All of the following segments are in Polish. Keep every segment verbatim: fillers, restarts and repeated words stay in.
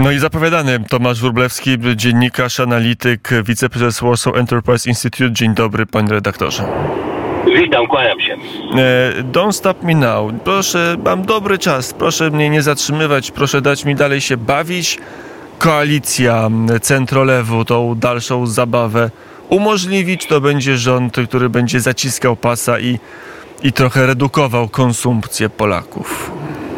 No i zapowiadany Tomasz Wróblewski, dziennikarz, analityk, wiceprezes Warsaw Enterprise Institute. Dzień dobry, panie redaktorze. Witam, kłaniam się. Don't stop me now. Proszę, mam dobry czas. Proszę mnie nie zatrzymywać. Proszę dać mi dalej się bawić. Koalicja centrolewu tą dalszą zabawę umożliwić. To będzie rząd, który będzie zaciskał pasa i, i trochę redukował konsumpcję Polaków.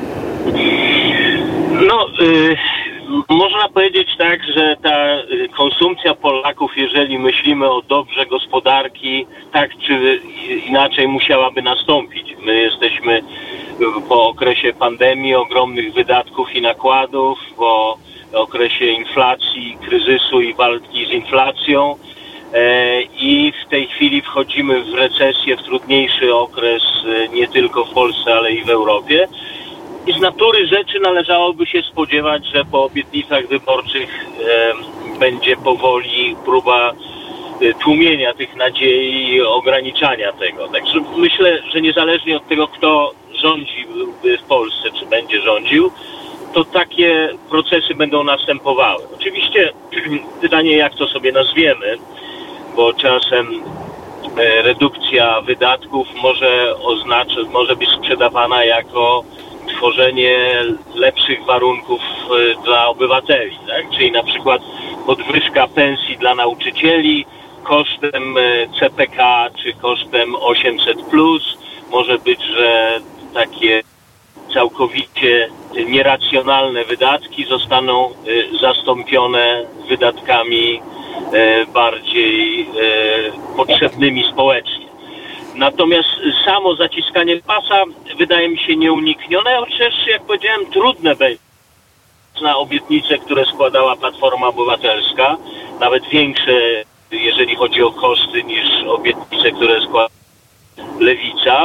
No, y, można powiedzieć tak, że ta konsumpcja Polaków, jeżeli myślimy o dobrze gospodarki, tak czy inaczej musiałaby nastąpić. My jesteśmy po okresie pandemii, ogromnych wydatków i nakładów, po okresie inflacji, kryzysu i walki z inflacją e, i w tej chwili wchodzimy w recesję, w trudniejszy okres e, nie tylko w Polsce, ale i w Europie. I z natury rzeczy należałoby się spodziewać, że po obietnicach wyborczych e, będzie powoli próba e, tłumienia tych nadziei i ograniczania tego. Także myślę, że niezależnie od tego, kto rządzi w Polsce, czy będzie rządził, to takie procesy będą następowały. Oczywiście pytanie, jak to sobie nazwiemy, bo czasem e, redukcja wydatków może oznaczać, może być sprzedawana jako tworzenie lepszych warunków e, dla obywateli, tak? Czyli na przykład podwyżka pensji dla nauczycieli kosztem e, C P K czy kosztem osiemset plus. Może być, że takie całkowicie nieracjonalne wydatki zostaną y, zastąpione wydatkami y, bardziej y, potrzebnymi społecznie. Natomiast samo zaciskanie pasa wydaje mi się nieuniknione, chociaż jak powiedziałem, trudne będzie na obietnice, które składała Platforma Obywatelska, nawet większe, jeżeli chodzi o koszty, niż obietnice, które składa Lewica.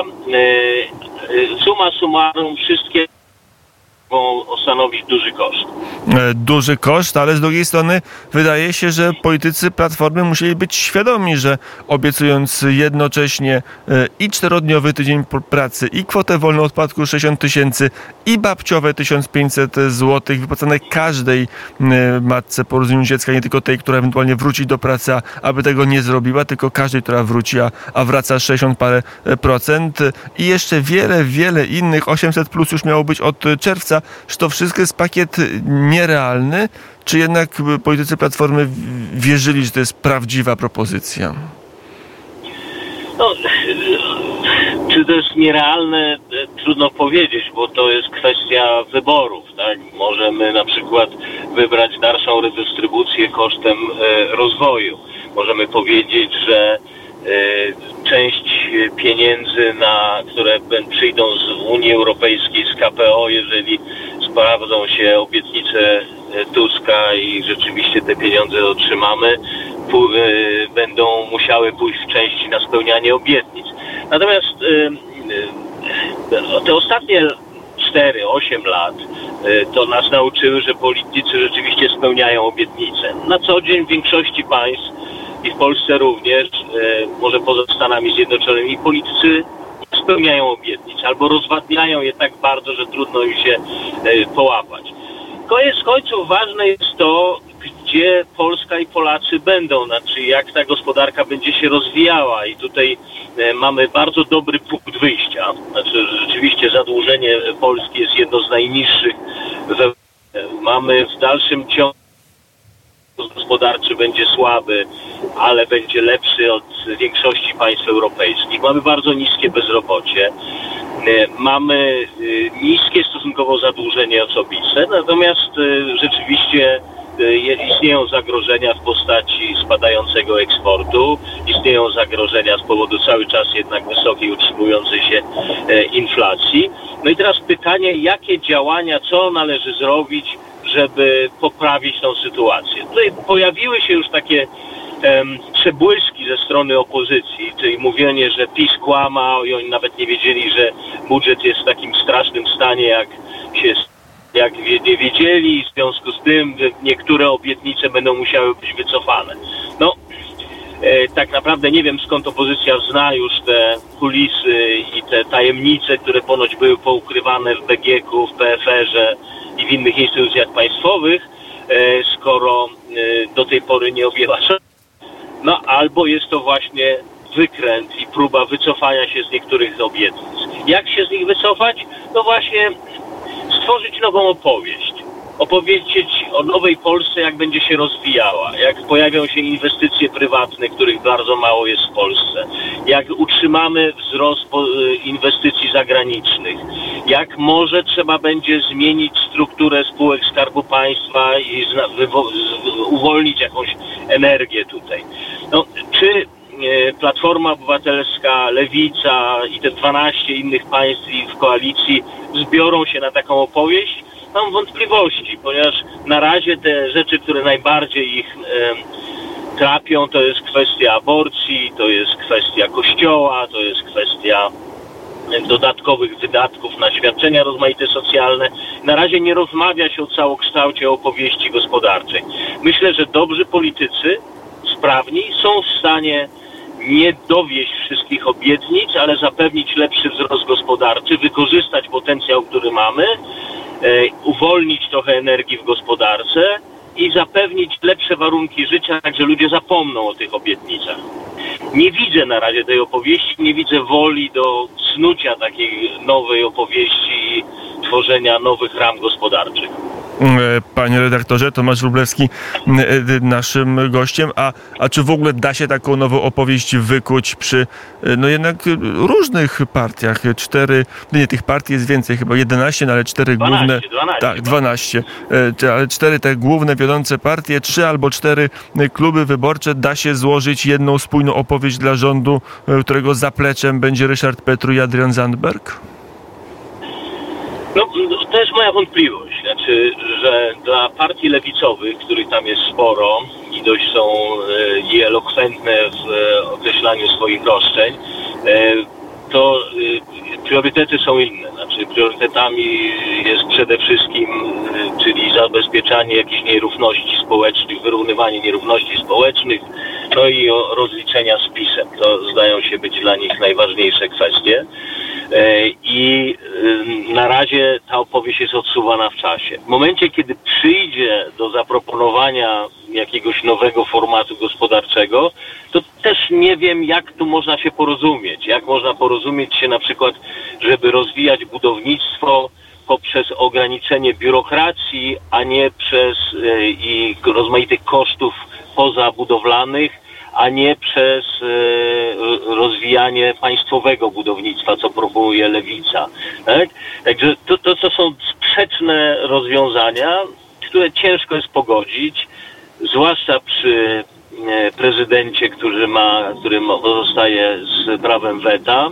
Summa summarum, wszystkie mogą stanowić duży koszt. Duży koszt, ale z drugiej strony wydaje się, że politycy Platformy musieli być świadomi, że obiecując jednocześnie i czterodniowy tydzień pracy, i kwotę wolną od podatku sześćdziesiąt tysięcy, i babciowe tysiąc pięćset złotych wypłacane każdej matce po urodzeniu dziecka, nie tylko tej, która ewentualnie wróci do pracy, aby tego nie zrobiła, tylko każdej, która wróci, a, a wraca sześćdziesiąt parę procent, i jeszcze wiele, wiele innych. osiemset plus już miało być od czerwca. Czy to wszystko jest pakiet nierealny, czy jednak politycy Platformy wierzyli, że to jest prawdziwa propozycja? No, czy to jest nierealne, trudno powiedzieć, bo to jest kwestia wyborów, tak? Możemy na przykład wybrać dalszą redystrybucję kosztem e, rozwoju. Możemy powiedzieć, że e, część pieniędzy, na które przyjdą z Unii Europejskiej, z K P O, jeżeli sprawdzą się obietnice Tuska i rzeczywiście te pieniądze otrzymamy, pu- y, będą musiały pójść w części na spełnianie obietnic. Natomiast y, y, te ostatnie cztery osiem lat y, to nas nauczyły, że politycy rzeczywiście spełniają obietnice. Na co dzień w większości państw i w Polsce również, y, może poza Stanami Zjednoczonymi, politycy spełniają obietnice albo rozwadniają je tak bardzo, że trudno im się y, połapać. Koniec końców ważne jest to, gdzie Polska i Polacy będą, znaczy jak ta gospodarka będzie się rozwijała, i tutaj e, mamy bardzo dobry punkt wyjścia. Znaczy rzeczywiście zadłużenie Polski jest jedno z najniższych w Europie. Mamy w dalszym ciągu gospodarczy będzie słaby, ale będzie lepszy od większości państw europejskich. Mamy bardzo niskie bezrobocie. Mamy niskie stosunkowo zadłużenie osobiste, natomiast rzeczywiście istnieją zagrożenia w postaci spadającego eksportu, istnieją zagrożenia z powodu cały czas jednak wysokiej, utrzymującej się inflacji. No i teraz pytanie, jakie działania, co należy zrobić, żeby poprawić tą sytuację. Tutaj pojawiły się już takie um, przebłyski ze strony opozycji, czyli mówienie, że PiS kłamał i oni nawet nie wiedzieli, że budżet jest w takim strasznym stanie, jak się jak nie wiedzieli, w związku z tym niektóre obietnice będą musiały być wycofane. No, e, tak naprawdę nie wiem, skąd opozycja zna już te kulisy i te tajemnice, które ponoć były poukrywane w B G K u, w P F R ze i w innych instytucjach państwowych, skoro do tej pory nie objęła. No albo jest to właśnie wykręt i próba wycofania się z niektórych obietnic. Jak się z nich wycofać? No właśnie stworzyć nową opowieść. Opowiedzieć o nowej Polsce, jak będzie się rozwijała, jak pojawią się inwestycje prywatne, których bardzo mało jest w Polsce, jak utrzymamy wzrost inwestycji zagranicznych, jak może trzeba będzie zmienić strukturę spółek Skarbu Państwa i uwolnić jakąś energię tutaj. No, czy Platforma Obywatelska, Lewica i te dwanaście innych państw w koalicji zbiorą się na taką opowieść? Mam wątpliwości, ponieważ na razie te rzeczy, które najbardziej ich e, trapią, to jest kwestia aborcji, to jest kwestia kościoła, to jest kwestia dodatkowych wydatków na świadczenia rozmaite socjalne. Na razie nie rozmawia się o całokształcie opowieści gospodarczej. Myślę, że dobrzy politycy, sprawni, są w stanie nie dowieść wszystkich obietnic, ale zapewnić lepszy wzrost gospodarczy, wykorzystać potencjał, który mamy, uwolnić trochę energii w gospodarce i zapewnić lepsze warunki życia, tak że ludzie zapomną o tych obietnicach. Nie widzę na razie tej opowieści, nie widzę woli do snucia takiej nowej opowieści i tworzenia nowych ram gospodarczych. Panie redaktorze, Tomasz Wróblewski naszym gościem, a, a czy w ogóle da się taką nową opowieść wykuć przy no jednak różnych partiach? Cztery, nie, tych partii jest więcej, chyba jedenaście, no ale cztery dwanaście, główne, dwanaście, tak, dwanaście, ale cztery te główne wiodące partie, trzy albo cztery kluby wyborcze, da się złożyć jedną spójną opowieść dla rządu, którego zapleczem będzie Ryszard Petru i Adrian Zandberg? No, to jest moja wątpliwość. Znaczy, że dla partii lewicowych, których tam jest sporo i dość są e, i elokwentne w e, określaniu swoich roszczeń, e, to e, priorytety są inne. Znaczy, priorytetami jest przede wszystkim, e, czyli zabezpieczanie jakichś nierówności społecznych, wyrównywanie nierówności społecznych, no i o rozliczenia z PiS-em. To zdają się być dla nich najważniejsze kwestie. I na razie ta opowieść jest odsuwana w czasie. W momencie, kiedy przyjdzie do zaproponowania jakiegoś nowego formatu gospodarczego, to też nie wiem, jak tu można się porozumieć. Jak można porozumieć się na przykład, żeby rozwijać budownictwo poprzez ograniczenie biurokracji, a nie przez i rozmaitych kosztów pozabudowlanych, a nie przez e, rozwijanie państwowego budownictwa, co proponuje Lewica. Tak? Także to, to, to są sprzeczne rozwiązania, które ciężko jest pogodzić, zwłaszcza przy e, prezydencie, który ma, który pozostaje z prawem weta.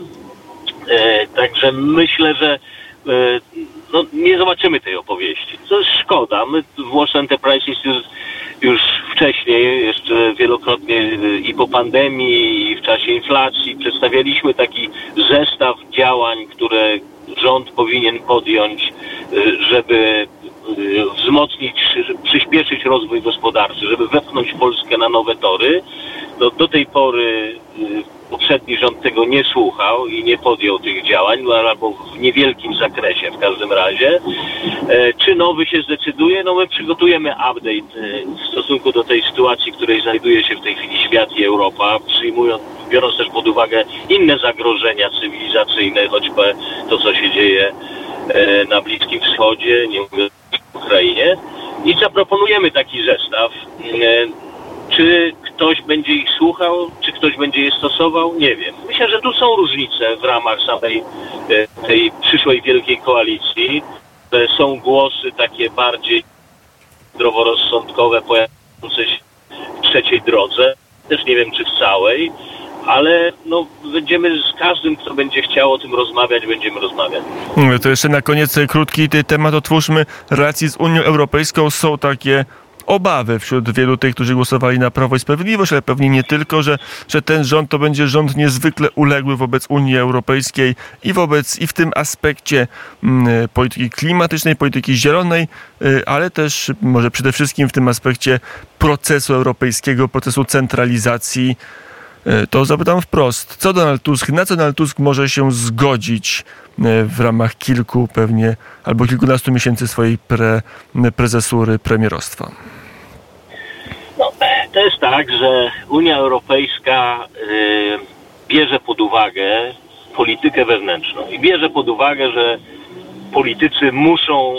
E, także myślę, że e, no, nie zobaczymy tej opowieści. To jest szkoda. My w Wash Enterprise Institute już wcześniej, jeszcze wielokrotnie i po pandemii, i w czasie inflacji przedstawialiśmy taki zestaw działań, które rząd powinien podjąć, żeby wzmocnić, przyspieszyć rozwój gospodarczy, żeby wepchnąć Polskę na nowe tory. No, do tej pory poprzedni rząd tego nie słuchał i nie podjął tych działań, no, albo w niewielkim zakresie w każdym razie. E, czy nowy się zdecyduje? No my przygotujemy update e, w stosunku do tej sytuacji, w której znajduje się w tej chwili świat i Europa, przyjmując, biorąc też pod uwagę inne zagrożenia cywilizacyjne, choćby to, co się dzieje e, na Bliskim Wschodzie, nie mówię o Ukrainie. I zaproponujemy taki zestaw. E, Czy ktoś będzie ich słuchał, czy ktoś będzie je stosował? Nie wiem. Myślę, że tu są różnice w ramach samej tej przyszłej wielkiej koalicji. Są głosy takie bardziej zdroworozsądkowe, pojawiające się w trzeciej drodze. Też nie wiem, czy w całej, ale no, będziemy z każdym, kto będzie chciał o tym rozmawiać, będziemy rozmawiać. To jeszcze na koniec krótki temat. Otwórzmy. Relacji z Unią Europejską. Są takie obawy wśród wielu tych, którzy głosowali na Prawo i Sprawiedliwość, ale pewnie nie tylko, że, że ten rząd to będzie rząd niezwykle uległy wobec Unii Europejskiej i wobec i w tym aspekcie mm, polityki klimatycznej, polityki zielonej, y, ale też może przede wszystkim w tym aspekcie procesu europejskiego, procesu centralizacji. To zapytam wprost, co Donald Tusk, na co Donald Tusk może się zgodzić w ramach kilku pewnie albo kilkunastu miesięcy swojej pre, prezesury premierostwa? No, to jest tak, że Unia Europejska y, bierze pod uwagę politykę wewnętrzną i bierze pod uwagę, że politycy muszą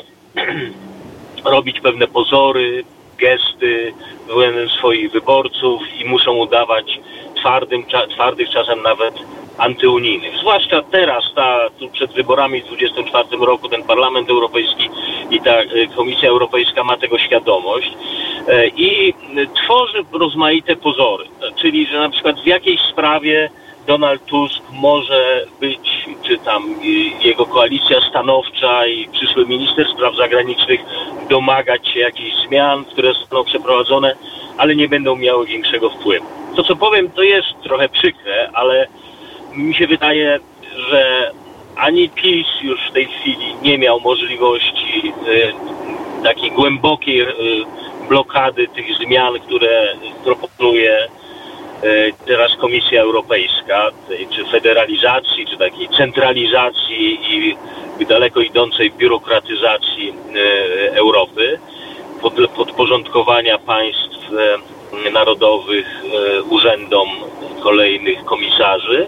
robić pewne pozory, gesty względem swoich wyborców i muszą udawać twardym, twardych czasem nawet antyunijnych. Zwłaszcza teraz, ta, tu przed wyborami w dwudziestym czwartym roku ten Parlament Europejski i ta Komisja Europejska ma tego świadomość i tworzy rozmaite pozory. Czyli, że na przykład w jakiejś sprawie Donald Tusk może być, czy tam jego koalicja stanowcza i przyszły minister spraw zagranicznych domagać się jakichś zmian, które zostaną przeprowadzone, ale nie będą miały większego wpływu. To, co powiem, to jest trochę przykre, ale mi się wydaje, że ani PiS już w tej chwili nie miał możliwości y, takiej głębokiej y, blokady tych zmian, które proponuje teraz Komisja Europejska, czy federalizacji, czy takiej centralizacji i daleko idącej biurokratyzacji Europy, podporządkowania państw narodowych urzędom kolejnych komisarzy,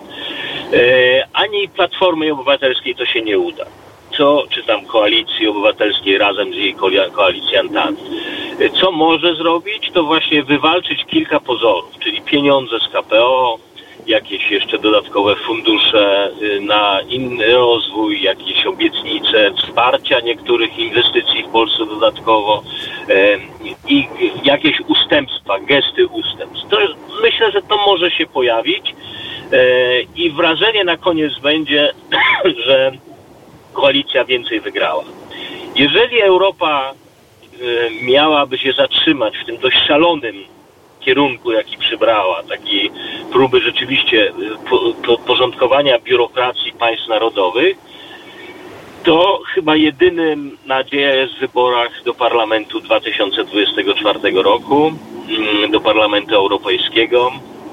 ani Platformy Obywatelskiej to się nie uda. Co, czy tam Koalicji Obywatelskiej razem z jej koalicjantami. Co może zrobić, to właśnie wywalczyć kilka pozorów, czyli pieniądze z K P O, jakieś jeszcze dodatkowe fundusze na inny rozwój, jakieś obietnice wsparcia niektórych inwestycji w Polsce dodatkowo i jakieś ustępstwa, gesty ustępstw. To myślę, że to może się pojawić i wrażenie na koniec będzie, że koalicja więcej wygrała. Jeżeli Europa y, miałaby się zatrzymać w tym dość szalonym kierunku, jaki przybrała, takiej próby rzeczywiście podporządkowania biurokracji państw narodowych, to chyba jedynym nadzieja jest w wyborach do Parlamentu dwa tysiące dwudziestego czwartego roku, y, do Parlamentu Europejskiego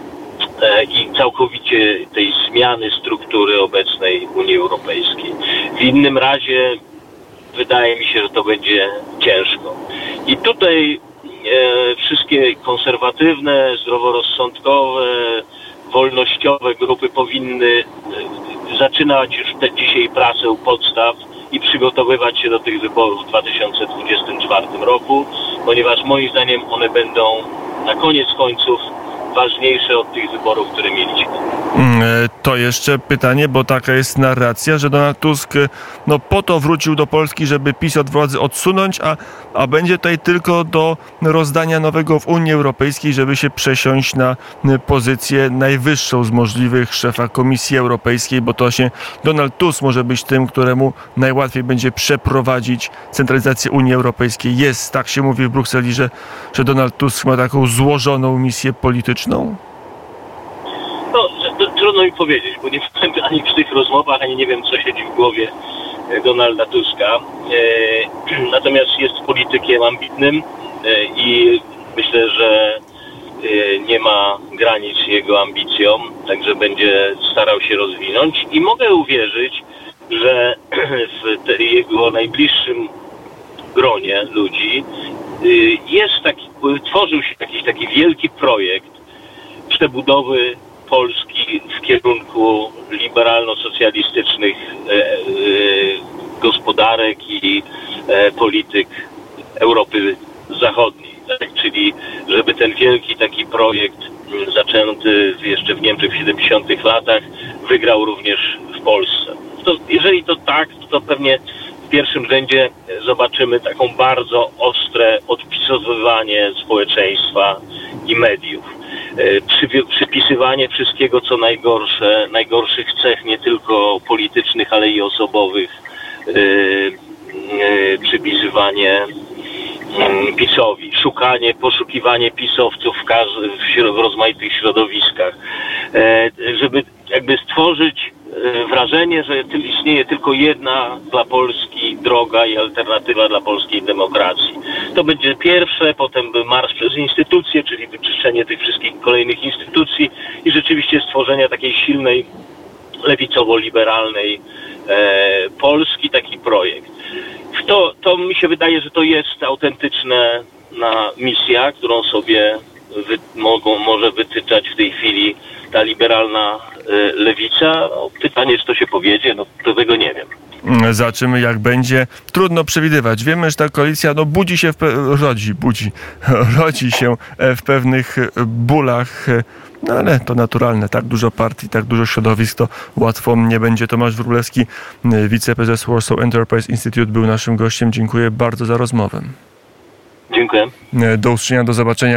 i całkowicie tej zmiany struktury obecnej Unii Europejskiej. W innym razie wydaje mi się, że to będzie ciężko. I tutaj e, wszystkie konserwatywne, zdroworozsądkowe, wolnościowe grupy powinny e, zaczynać już te dzisiaj pracę u podstaw i przygotowywać się do tych wyborów w dwa tysiące dwudziestym czwartym roku, ponieważ moim zdaniem one będą na koniec końców ważniejsze od tych wyborów, które mieliśmy. To jeszcze pytanie, bo taka jest narracja, że Donald Tusk no, po to wrócił do Polski, żeby PiS od władzy odsunąć, a, a będzie tutaj tylko do rozdania nowego w Unii Europejskiej, żeby się przesiąść na pozycję najwyższą z możliwych szefa Komisji Europejskiej, bo to się Donald Tusk może być tym, któremu najłatwiej będzie przeprowadzić centralizację Unii Europejskiej. Jest, tak się mówi w Brukseli, że, że Donald Tusk ma taką złożoną misję polityczną? No, trudno mi powiedzieć, bo nie byłem ani przy tych rozmowach, ani nie wiem, co siedzi w głowie Donalda Tuska. E, natomiast jest politykiem ambitnym e, i myślę, że e, nie ma granic jego ambicjom, także będzie starał się rozwinąć i mogę uwierzyć, że w te, jego najbliższym gronie ludzi e, jest taki, tworzył się jakiś taki wielki projekt przebudowy Polski w kierunku liberalno-socjalistycznych e, e, gospodarek i e, polityk Europy Zachodniej. Tak? Czyli żeby ten wielki taki projekt zaczęty jeszcze w Niemczech w siedemdziesiątych latach wygrał również w Polsce. To, jeżeli to tak, to pewnie w pierwszym rzędzie zobaczymy taką bardzo ostre odpisowywanie społeczeństwa i mediów. Przy, przypisywanie wszystkiego, co najgorsze, najgorszych cech, nie tylko politycznych, ale i osobowych, yy, yy, przypisywanie yy, PiS-owi, szukanie, poszukiwanie pisowców w, każdy, w, w rozmaitych środowiskach, yy, żeby jakby stworzyć wrażenie, że istnieje tylko jedna dla Polski droga i alternatywa dla polskiej demokracji. To będzie pierwsze, potem marsz przez instytucje, czyli wyczyszczenie tych wszystkich kolejnych instytucji i rzeczywiście stworzenie takiej silnej, lewicowo-liberalnej e, Polski, taki projekt. To, to mi się wydaje, że to jest autentyczna misja, którą sobie wy, mogą, może wytyczać w tej chwili ta liberalna y, lewica. No, pytanie, czy to się powiedzie, no to tego nie wiem. Zobaczymy, jak będzie. Trudno przewidywać. Wiemy, że ta koalicja no, budzi się, w pe- rodzi, budzi, rodzi się w pewnych bólach, no ale to naturalne. Tak dużo partii, tak dużo środowisk, to łatwo nie będzie. Tomasz Wróblewski, wiceprezes Warsaw Enterprise Institute, był naszym gościem. Dziękuję bardzo za rozmowę. Dziękuję. Do usłyszenia, do zobaczenia.